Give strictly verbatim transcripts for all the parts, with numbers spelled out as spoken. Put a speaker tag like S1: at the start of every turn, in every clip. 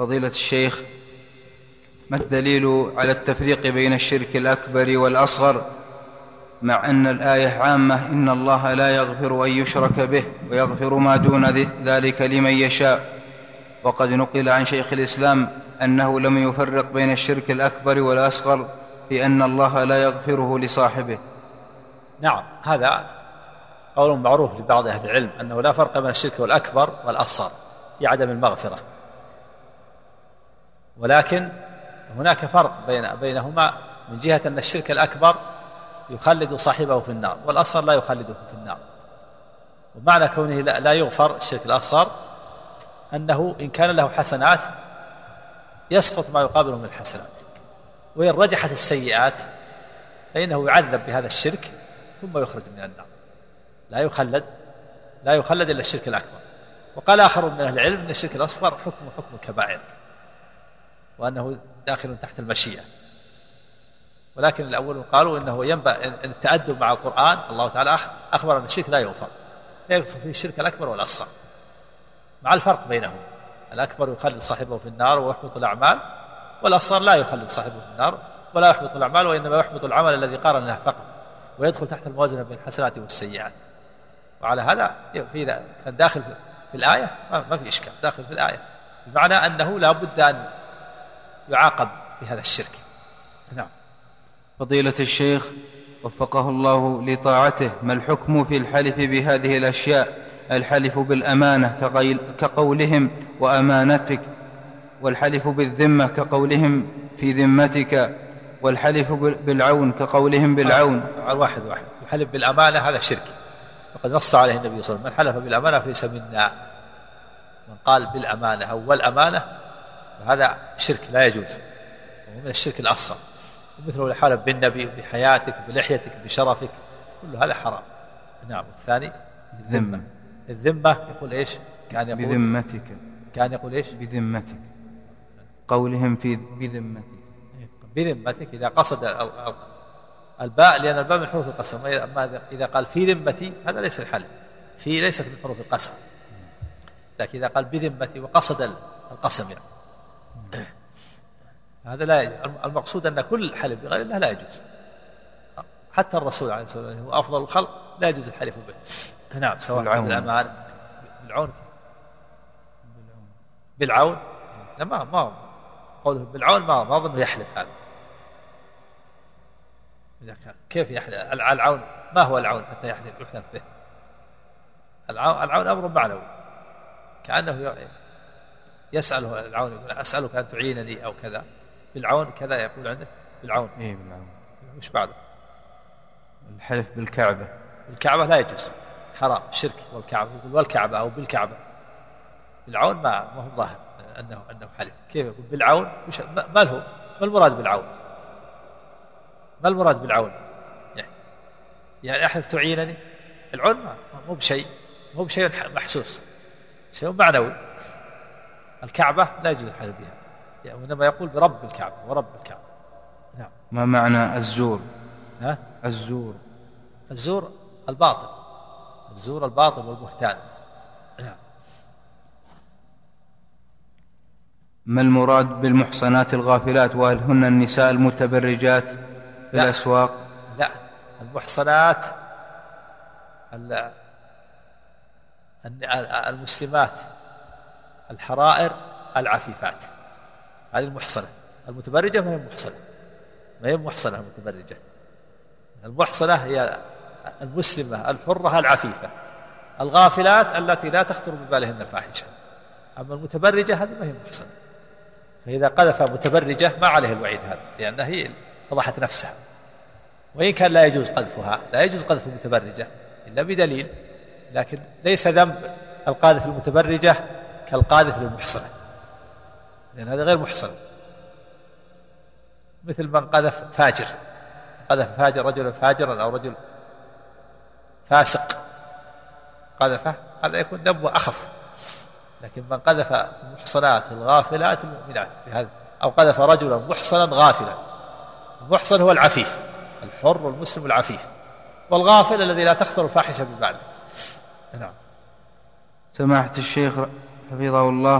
S1: فضيلة الشيخ، ما الدليل على التفريق بين الشرك الأكبر والأصغر مع أن الآية عامة إن الله لا يغفر أن يشرك به ويغفر ما دون ذلك لمن يشاء، وقد نقل عن شيخ الإسلام أنه لم يفرق بين الشرك الأكبر والأصغر في أن الله لا يغفره لصاحبه؟
S2: نعم، هذا قول معروف لبعض أهل العلم أنه لا فرق بين الشرك الأكبر والأصغر في عدم المغفرة، ولكن هناك فرق بين بينهما من جهة أن الشرك الأكبر يخلد صاحبه في النار والأصغر لا يخلده في النار. ومعنى كونه لا يغفر الشرك الأصغر أنه إن كان له حسنات يسقط ما يقابله من الحسنات، وإن رجحت السيئات فإنه يعذب بهذا الشرك ثم يخرج من النار، لا يخلد لا يخلد إلا الشرك الأكبر. وقال آخر من أهل العلم أن الشرك الأصغر حكم حكم الكبائر وأنه داخل تحت المشيئة، ولكن الأول قالوا إنه ينبغي أن التأدب مع القرآن. الله تعالى أخبر أن الشرك لا يغفر، لا يغفر فيه الشرك الأكبر والأصغر، مع الفرق بينهم. الأكبر يخلد صاحبه في النار ويحبط الأعمال، والأصغر لا يخلد صاحبه في النار ولا يحبط الأعمال، وإنما يحبط العمل الذي قارن له فقط، ويدخل تحت الموازنة بين الحسنات والسيئات. وعلى هذا في إذا كان داخل في الآية ما في إشكال، داخل في الآية بمعنى أنه لا بد أن يعاقب بهذا الشرك. نعم.
S1: فضيلة الشيخ وفقه الله لطاعته، ما الحكم في الحلف بهذه الأشياء؟ الحلف بالأمانة كقولهم وأمانتك، والحلف بالذمة كقولهم في ذمتك، والحلف بالعون كقولهم بالعون.
S2: واحد واحد الحلف بالأمانة هذا شرك، وقد نص عليه النبي صلى الله عليه وسلم: من حلف بالأمانة فليس منا. من قال بالأمانة أو والأمانة هذا شرك لا يجوز، ومن الشرك الأصغر. ومثله الحلف بالنبي، بحياتك، بلحيتك، بشرفك، كل هذا حرام. نعم. الثاني
S1: الذمة.
S2: الذمة يقول إيش؟ كان يقول
S1: بذمتك.
S2: كان يقول إيش؟
S1: بذمتك، قولهم في بذمتك.
S2: بذمتك إذا قصد الباء، لأن الباء من حروف القسم. أما إذا قال في ذمتي هذا ليس الحلف، في ليست من حروف القسم، لكن إذا قال بذمتي وقصد القسم يعني هذا لا يجوز. المقصود أن كل حلف بغير الله لا يجوز، حتى الرسول عليه الصلاة والسلام هو أفضل الخلق لا يجوز الحلف به. نعم. سواء بالأمان، بالعون بالعون لما ما قوله بالعون ما ما أظن يحلف هذا. كيف يحلف؟ العون ما هو العون حتى يحلف يحلف به؟ العون العون أمر معنوي، كأنه يسأله العون، يقول أسألك أن تعينني أو كذا. بالعون كذا يقول عنده بالعون.
S1: إيه بالعون.
S2: وش بعده؟
S1: الحلف بالكعبة.
S2: الكعبة لا يجوز، حرام، شرك. والكعبة يقول والكعبة أو بالكعبة. بالعون ما ما هو ظاهر أنه أنه حلف. كيف يقول بالعون؟ ما له ما المراد بالعون؟ ما المراد بالعون؟ يعني يعني أحلف تعينني. العون ما مو بشيء مو بشيء محسوس، شيء معنوي. الكعبة لا يجوز الحلف بها، يعني إنما يقول برب الكعبة ورب الكعبة. نعم.
S1: ما معنى الزور؟
S2: ها؟
S1: الزور
S2: الزور الباطل، الزور الباطل والبهتان. نعم.
S1: ما المراد بالمحصنات الغافلات؟ وهل هن النساء المتبرجات في
S2: لا.
S1: الأسواق؟
S2: لا، المحصنات المسلمات الحرائر العفيفات، هذه المحصنة. المتبرجة ما هي محصنة، ما هي محصنة المتبرجة. المحصنة هي المسلمة الحرة العفيفة، الغافلات التي لا تخطر ببالهن الفاحشة. أما المتبرجة هذه ما هي محصنة، فإذا قذف متبرجة ما عليه الوعيد هذا، لأنها هي فضحت نفسها. وإن كان لا يجوز قذفها، لا يجوز قذف المتبرجة إلا بدليل، لكن ليس ذنب القاذف المتبرجة كالقاذف للمحصنة، لأن هذا غير محصنة. مثل من قذف فاجر، قذف فاجر رجل فاجرا أو رجل فاسق قذفه، هذا يكون ذنبه أخف. لكن من قذف المحصنات الغافلات المؤمنات بهذا، أو قذف رجلا محصنا غافلا. المحصن هو العفيف الحر والمسلم العفيف، والغافل الذي لا تخطر الفاحشة بباله. نعم.
S1: سماحة الشيخ حفظه الله،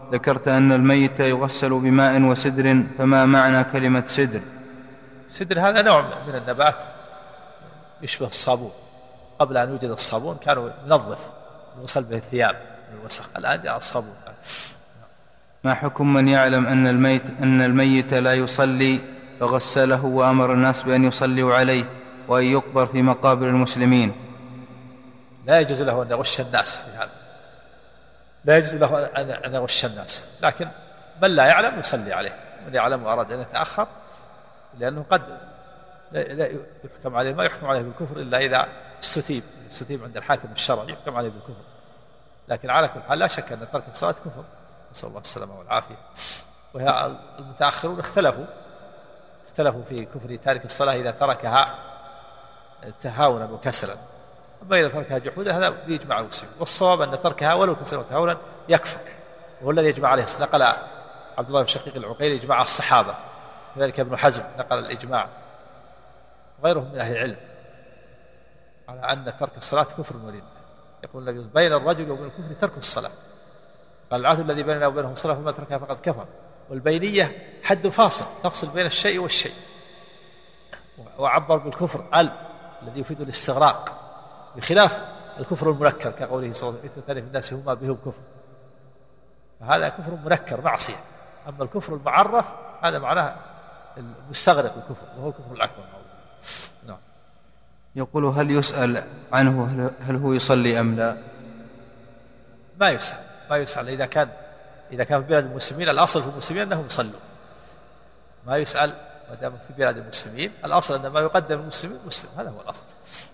S1: ذكرت أن الميت يغسل بماء وسدر، فما معنى كلمة سدر؟
S2: سدر هذا نوع من النبات يشبه الصابون. قبل أن يوجد الصابون كانوا ينظف يغسل به الثياب من الوسخ، الآن جاء الصابون.
S1: ما حكم من يعلم أن الميت, أن الميت لا يصلي فغسله وأمر الناس بأن يصلوا عليه وأن يقبر في مقابر المسلمين؟
S2: لا يجوز له أن يغش الناس في هذا، لا يجوز له أن يغش الناس، لكن من لا يعلم يصلي عليه، من يعلم وأراد أن يتأخر، لأنه قد لا يحكم عليه، ما يحكم عليه بالكفر إلا إذا استتيب استتيب عند الحاكم الشرعي يحكم عليه بالكفر. لكن على كل حال لا شك أن ترك الصلاة كفر، نسأل الله السلامة والعافية. وهي المتأخرون اختلفوا اختلفوا في كفر تارك الصلاة إذا تركها تهاونا وكسلا، أما إذا تركها جحودا هذا بيجمع المسلمين، والصواب أن تركها ولو كسلا وتهاونا يكفر، وهو الذي يجمع عليه. نقل عبد الله بن شقيق العقيلي إجماع الصحابة، كذلك ابن حزم نقل الإجماع وغيرهم من أهل العلم على أن ترك الصلاة كفر ورد. يقول النبي بين الرجل وبين الكفر ترك الصلاة، قال العهد الذي بيننا وبينهم الصلاة فما تركها فقد كفر. والبينية حد فاصل تفصل بين الشيء والشيء. وعبر بالكفر ال الذي يفيد الاستغراق، بخلاف الكفر المنكر كقوله صلى الله عليه وسلم اثنتان في الناس هما بهم كفر، فهذا كفر منكر معصية. أما الكفر المعرف هذا معناه المستغرق الكفر، وهو الكفر الأكبر. نعم.
S1: يقول هل يسأل عنه هل هو يصلي أم لا؟
S2: ما يسأل ما يسأل إذا كان إذا كان في بلاد المسلمين الأصل في المسلمين أنهم يصلوا، ما يسأل ما دام في بلاد المسلمين، الأصل أن ما يقدم المسلمين مسلم، هذا هو الأصل.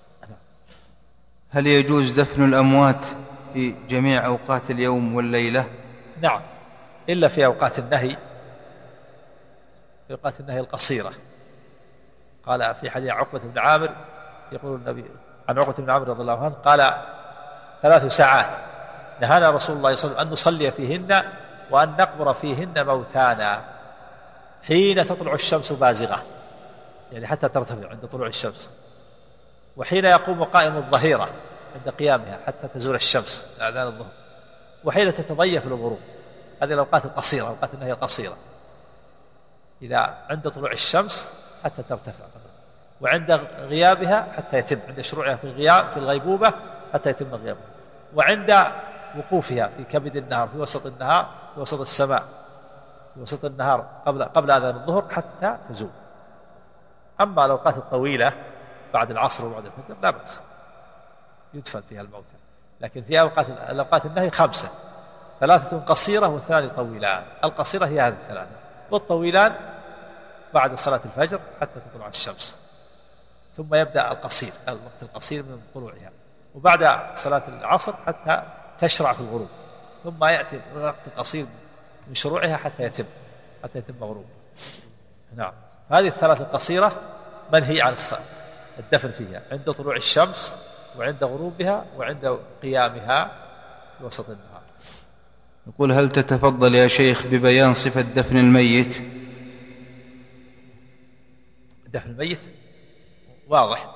S1: هل يجوز دفن الأموات في جميع أوقات اليوم والليلة؟
S2: نعم، إلا في أوقات النهي، في أوقات النهي القصيرة. قال في حديث عقبة بن عامر، يقول النبي عن عقبة بن عامر رضي الله عنه قال ثلاث ساعات نهانا رسول الله صلى الله عليه وسلم أن نصلي فيهن وأن نقبر فيهن موتانا حين تطلع الشمس بازغة، يعني حتى ترتفع عند طلوع الشمس، وحين يقوم قائم الظهيرة عند قيامها حتى تزول الشمس أذان الظهر، وحين تتضيف الغروب. هذه الأوقات القصيرة، أوقات النهي القصيرة، إذا عند طلوع الشمس حتى ترتفع، وعند غيابها حتى يتم، عند شروعها في الغياب في الغيبوبة حتى يتم غيابها، وعند وقوفها في كبد النهار في وسط النهار في وسط السماء في وسط النهار قبل قبل أذان الظهر حتى تزول. أما الأوقات الطويلة بعد العصر وبعد الفجر لا بأس يدفن فيها الموتى، لكن في أوقات الأوقات النهي خمسة، ثلاثة قصيرة والثاني طويلان. القصيرة هي هذه الثلاثة، والطويلان بعد صلاة الفجر حتى تطلع الشمس، ثم يبدأ القصير الوقت القصير من طلوعها، وبعد صلاة العصر حتى تشرع في الغروب، ثم يأتي الوقت القصير من شروعها حتى يتم حتى يتم غروب. نعم، هذه الثلاث القصيرة منهي عن الدفن فيها عند طلوع الشمس وعند غروبها وعند قيامها في وسط النهار.
S1: يقول هل تتفضل يا شيخ ببيان صفة دفن الميت؟
S2: دفن الميت واضح،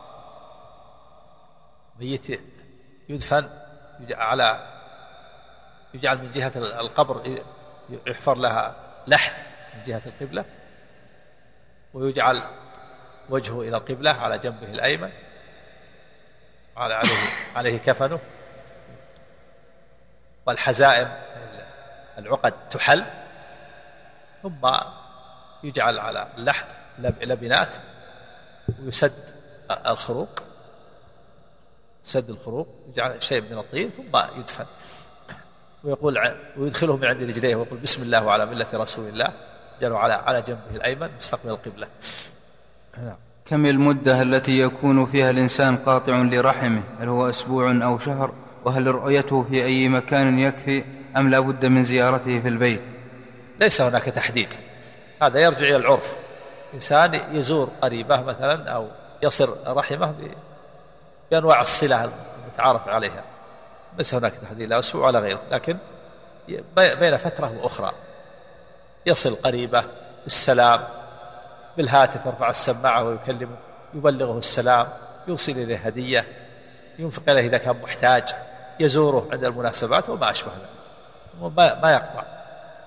S2: ميت يدفن على يجعل من جهة القبر يحفر لها لحد من جهة القبلة، ويجعل وجهه إلى القبلة على جنبه الأيمن، على عليه عليه كفنه، والحزائم العقد تحل، ثم يجعل على اللحد لبنات ويسد الخروق سد الخروق، يجعل شيء من الطين ثم يدفن، ويقول ويدخله من عند رجليه ويقول بسم الله وعلى ملة رسول الله، جعله على على جنبه الأيمن مستقبل القبلة.
S1: كم المدة التي يكون فيها الإنسان قاطع لرحمه؟ هل هو أسبوع أو شهر؟ وهل رؤيته في أي مكان يكفي أم لا بد من زيارته في البيت؟
S2: ليس هناك تحديد، هذا يرجع إلى العرف. إنسان يزور قريبه مثلا أو يصل رحمه بأنواع الصلة المتعارف عليها، ليس هناك تحديد لا أسبوع ولا غيره، لكن بين فترة وأخرى يصل قريبه بالسلام بالهاتف، يرفع السماعة ويكلمه يبلغه السلام، يوصل إليه هدية، ينفق إليه إذا كان محتاج، يزوره عند المناسبات وما أشبه ذلك، ما يقطع.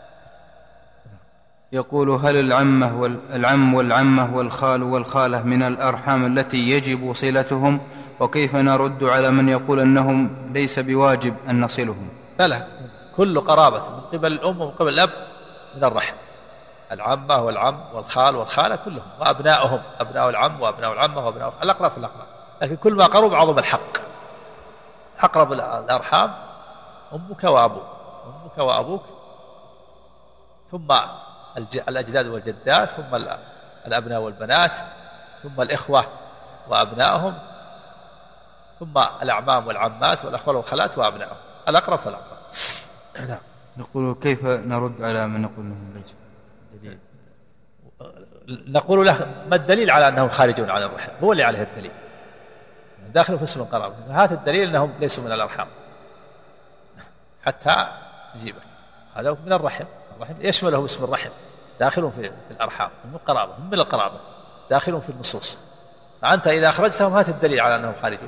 S1: يقول: هل العمة والعم والعمة والخال والخالة من الأرحام التي يجب صلتهم؟ وكيف نرد على من يقول أنهم ليس بواجب أن نصلهم؟
S2: بلى، كل قرابة من قبل الأم ومن قبل الأب من الرحم، العمة والعم والخال والخالة كلهم، وأبناؤهم أبناء العم وأبناء العمة وأبناء الأقرب في الأقرب، لكن كل ما قرب عظم الحق. أقرب الأرحام أمك وأبوك، أمك وأبوك، ثم الأجداد والجدات، ثم الأبناء والبنات، ثم الإخوة وأبنائهم، ثم الأعمام والعمات والأخوال والخالات وأبنائهم، الأقرب فالأقرب.
S1: نعم. نقول: كيف نرد على من يقول أنهم ليس؟
S2: نقول له: ما الدليل على أنهم خارجون عن الرحم؟ هو اللي عليه الدليل، داخل في اسم القرابة، هات الدليل أنهم ليسوا من الأرحام حتى نجيبك. هذا من الرحم، الرحم يشمله اسم الرحم، داخل في الأرحام، من القرابة، من القرابة، داخل في النصوص. فأنت إذا أخرجتهم هات الدليل على أنهم خارجون.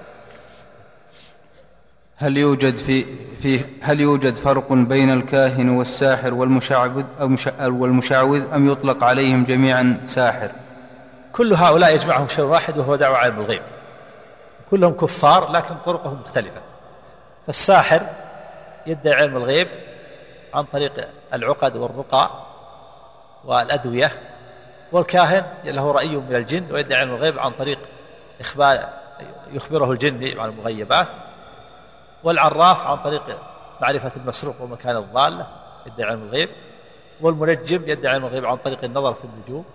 S1: هل يوجد في في هل يوجد فرق بين الكاهن والساحر والمشعوذ والمشعوذ أم يطلق عليهم جميعا ساحر؟
S2: كل هؤلاء يجمعهم شيء واحد، وهو دعوة علم الغيب، كلهم كفار لكن طرقهم مختلفة. فالساحر يدعي علم الغيب عن طريق العقد والرقى والأدوية، والكاهن له رأي من الجن ويدعي علم الغيب عن طريق إخبار يخبره الجن عن المغيبات، والعراف عن طريق معرفة المسروق ومكان الضالة يدعي علم الغيب، والمنجم يدعي علم الغيب عن طريق النظر في النجوم،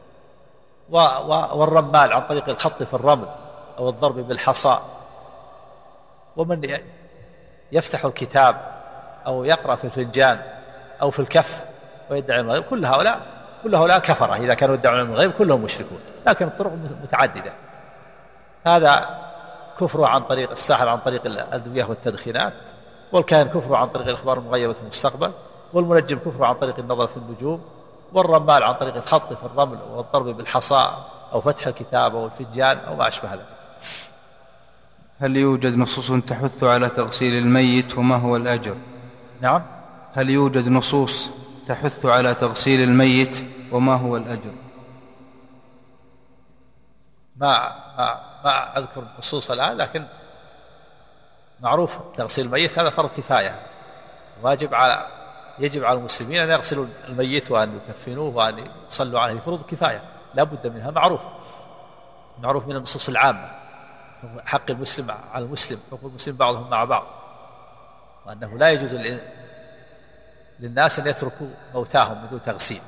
S2: والرمال عن طريق الخط في الرمل أو الضرب بالحصى، ومن يفتح الكتاب أو يقرأ في الفنجان أو في الكف ويدعي علم الغيب، كل هؤلاء كل هؤلاء كفرة إذا كانوا يدعون علم الغيب، كلهم مشركون، لكن الطرق متعددة. هذا كفره عن طريق الساحر عن طريق الأدوية والتدخينات، والكاهن كفره عن طريق الإخبار المغيبة في المستقبل، والمنجم كفره عن طريق النظر في النجوم، والرمال عن طريق الخط في الرمل والضرب بالحصى أو فتح الكتاب أو الفنجان أو ما أشبه ذلك.
S1: هل يوجد نصوص تحث على تغسيل الميت وما هو الأجر؟
S2: نعم.
S1: هل يوجد نصوص تحث على تغسيل الميت وما هو الأجر؟
S2: ما ما ما أذكر النصوص الآن، لكن معروف تغسيل الميت هذا فرض كفاية، واجب على يجب على المسلمين أن يغسلوا الميت وأن يكفنوه وأن يصلوا عليه، فروض كفاية لا بد منها، معروف معروف من النصوص العامة، حق المسلم على المسلم، حقوق المسلم بعضهم مع بعض، وأنه لا يجوز للناس أن يتركوا موتاهم بدون تغسيل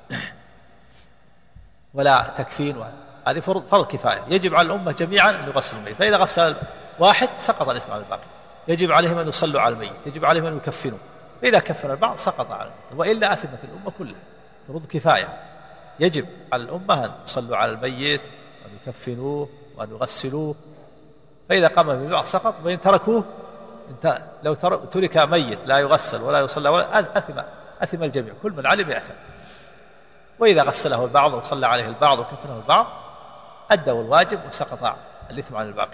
S2: ولا تكفين، هذه فرض فرض كفاية، يجب على الأمة جميعا أن يغسلوا الميت، فإذا غسل واحد سقط الإثم على الباقي، يجب عليهم أن يصلوا على الميت، يجب عليهم أن يكفنوا، فإذا كفن البعض سقط على الميت، وإلا أثمت الأمة كلها، فروض كفاية، يجب على الأمة أن يصلوا على الميت وأن يكفنوه وأن يغسلوه، فإذا قام بالبعض سقط، وإن تركوه انت لو ترك ميت لا يغسل ولا يصلى ولا أثم أثم الجميع، كل من علم يأثم، وإذا غسله البعض وصلى عليه البعض وكفنه البعض أدوا الواجب وسقط الإثم عن الباقي.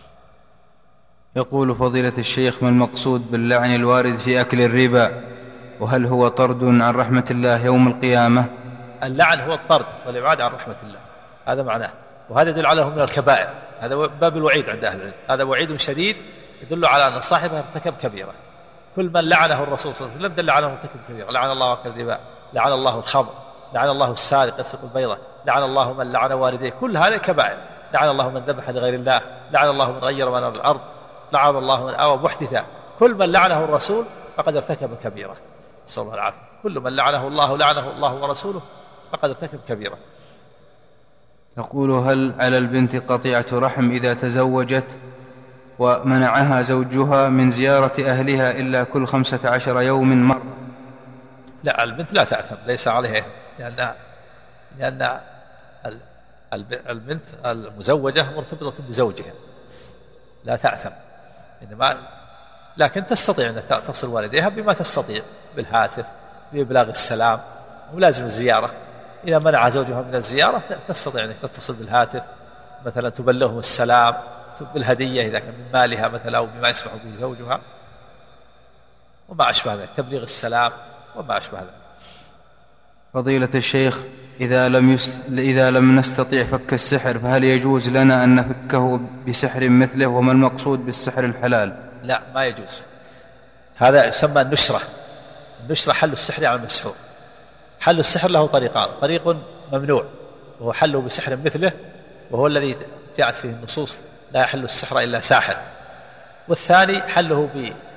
S1: يقول فضيلة الشيخ: ما المقصود باللعن الوارد في أكل الربا؟ وهل هو طرد عن رحمة الله يوم القيامة؟
S2: اللعن هو الطرد والإبعاد عن رحمة الله، هذا معناه، وهذا يدل على من الكبائر، هذا باب الوعيد عند أهل العلم، هذا وعيد شديد يدل على أن صاحبه ارتكب كبيرة، كل من لعنه الرسول صلى الله عليه وسلم دل على أنه ارتكب كبيرة، لعن الله أكل الربا، لعن الله الخمر، لعن الله السارق يسرق البيضة، لعن الله من لعن والديه، كل هذه كبائر، لعن الله من ذبح لغير الله، لعن الله من غير منار الأرض، لعن الله من آوى محدثا، كل من لعنه الرسول فقد ارتكب كبيرة، نسأل الله العافية، كل من لعنه الله لعنه الله ورسوله فقد ارتكب كبيرة.
S1: يقول: هل على البنت قطيعة رحم إذا تزوجت ومنعها زوجها من زيارة أهلها إلا كل خمسة عشر يوم مرة؟
S2: لا، البنت لا تأثم، ليس عليها إثم، لأن لأن البنت المزوجة مرتبطة بزوجها، لا تأثم، إنما لكن تستطيع أن تصل والديها بما تستطيع، بالهاتف، بإبلاغ السلام، ولازم الزيارة، إذا منع زوجها من الزيارة تستطيع أن تتصل بالهاتف، مثلا تبلغهم السلام بالهدية إذا كان من مالها مثلا أو بما يسمح به زوجها وما أشبه ذلك، تبليغ السلام وما أشبه ذلك.
S1: فضيلة الشيخ، إذا لم, يست... إذا لم نستطيع فك السحر فهل يجوز لنا أن نفكه بسحر مثله؟ وما المقصود بالسحر الحلال؟
S2: لا، ما يجوز. هذا يسمى النشرة. النشرة حل السحر على المسحور. حل السحر له طريقان: طريق ممنوع وهو حله بسحر مثله، وهو الذي جاءت فيه النصوص لا يحل السحر إلا ساحر. والثاني حله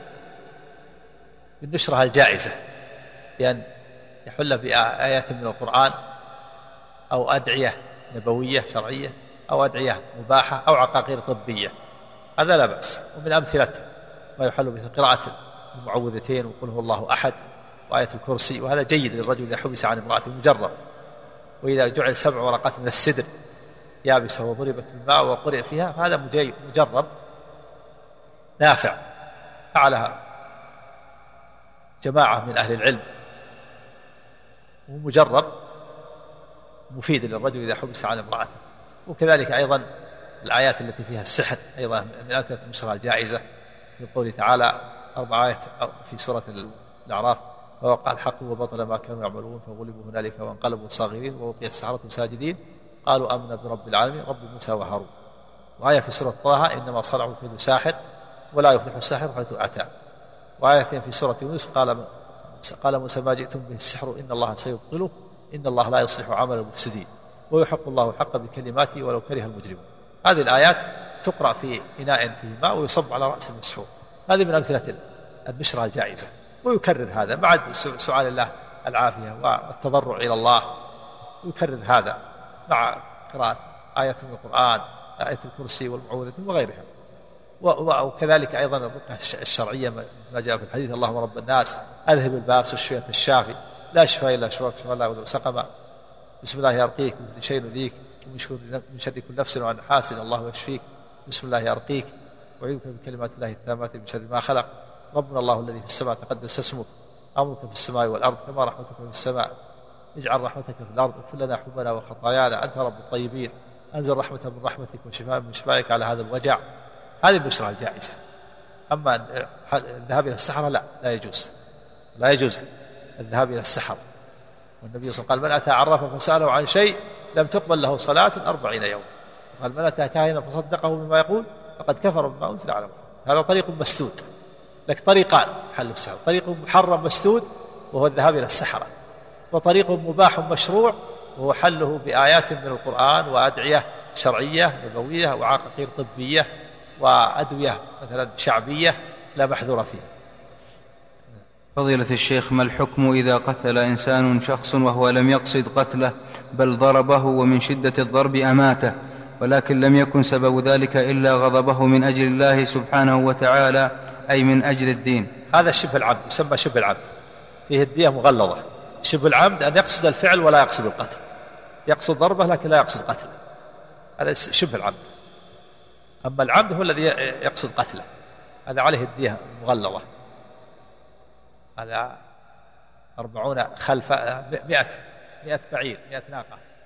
S2: بالنشرة الجائزة، بأن يحل بآيات من القرآن أو أدعية نبوية شرعية أو أدعية مباحة أو عقاقير طبية، هذا لا بأس. ومن أمثلة ما يحل بقراءة المعوذتين وقل هو الله أحد وآية الكرسي، وهذا جيد للرجل إذا حبس عن امرأته مجرب. وإذا جعل سبع ورقات من السدر يابسة وضربت بالماء وقرئ فيها فهذا مجرب نافع، فعلها جماعة من أهل العلم، ومجرب مفيد للرجل إذا حبس عن امرأته. وكذلك أيضا الآيات التي فيها السحر أيضا من أمثلة النشرة الجائزة، في قوله تعالى أربع آيات في سورة الأعراف: فوقع الحق وبطل ما كانوا يعملون فغلبوا هنالك وانقلبوا صاغرين ووقي السحرة ساجدين قالوا آمنا برب العالمين رب موسى وهارون. وآية في سورة طه: إنما صنعوا كيد ساحر ولا يفلح الساحر حيث أتى. وآية في سورة يونس: قال قال موسى ما جئتم به السحر إن الله سيبطله إن الله لا يصلح عمل المفسدين ويحق الله الحق بكلماته ولو كره المجرمون. هذه الآيات تقرأ في إناء فيه ماء ويصب على رأس المسحور. هذه من أمثلة النشرة الجائزة. ويكرر هذا مع سؤال الله العافية والتضرع إلى الله، يكرر هذا مع قراءة آية من القرآن، آية الكرسي والمعوذتين وغيرها. وكذلك أيضا الرقية الشرعية ما جاء في الحديث: اللهم رب الناس أذهب الباس والشفاء الشافي لا شفاء إلا شفاءك شفاء لا يغادر سقما بسم الله يرقيك من كل شيء يؤذيك ومن شر كل نفس وعن حاسد الله يشفيك بسم الله يرقيك وأعوذك بكلمات الله التامات من شر ما خلق. ربنا الله الذي في السماء تقدس اسمك أمرك في السماء والأرض كما رحمتك في السماء اجعل رحمتك في الأرض اغفر لنا حبنا وخطايانا أنت رب الطيبين أنزل رحمة من رحمتك وشفاء من شفائك على هذا الوجع. هذه البشرى الجائزة. أما الذهاب إلى السحرة لا لا يجوز لا يجوز الذهاب إلى السحرة. والنبي صلى الله عليه وسلم قال: من أتى عرفا فسأله عن شيء لم تقبل له صلاة أربعين يوم. قال: من أتى كاهنا فصدقه بما يقول فقد كفر بما أنزل على محمد. هذا طريق مسدود. لك طريقان حل السحر: طريق محرم مسدود وهو الذهاب إلى السحرة، وطريق مباح مشروع وهو حله بآيات من القرآن وأدعية شرعية نبوية وعقاقير طبية وأدوية مثلا شعبية لا محذور فيها.
S1: فضيلة الشيخ، ما الحكم إذا قتل إنسان شخص وهو لم يقصد قتله بل ضربه ومن شدة الضرب أماته، ولكن لم يكن سبب ذلك إلا غضبه من أجل الله سبحانه وتعالى أي من أجل الدين؟
S2: هذا شبه العمد، يسمى شبه العمد، فيه الدية مغلظة. شبه العمد أن يقصد الفعل ولا يقصد القتل، يقصد ضربه لكن لا يقصد قتله، هذا شبه العمد. أما العمد هو الذي يقصد قتله، هذا عليه الدية مغلظة. هذا أربعون خلف مئة مئة بعير، مئة ناقة.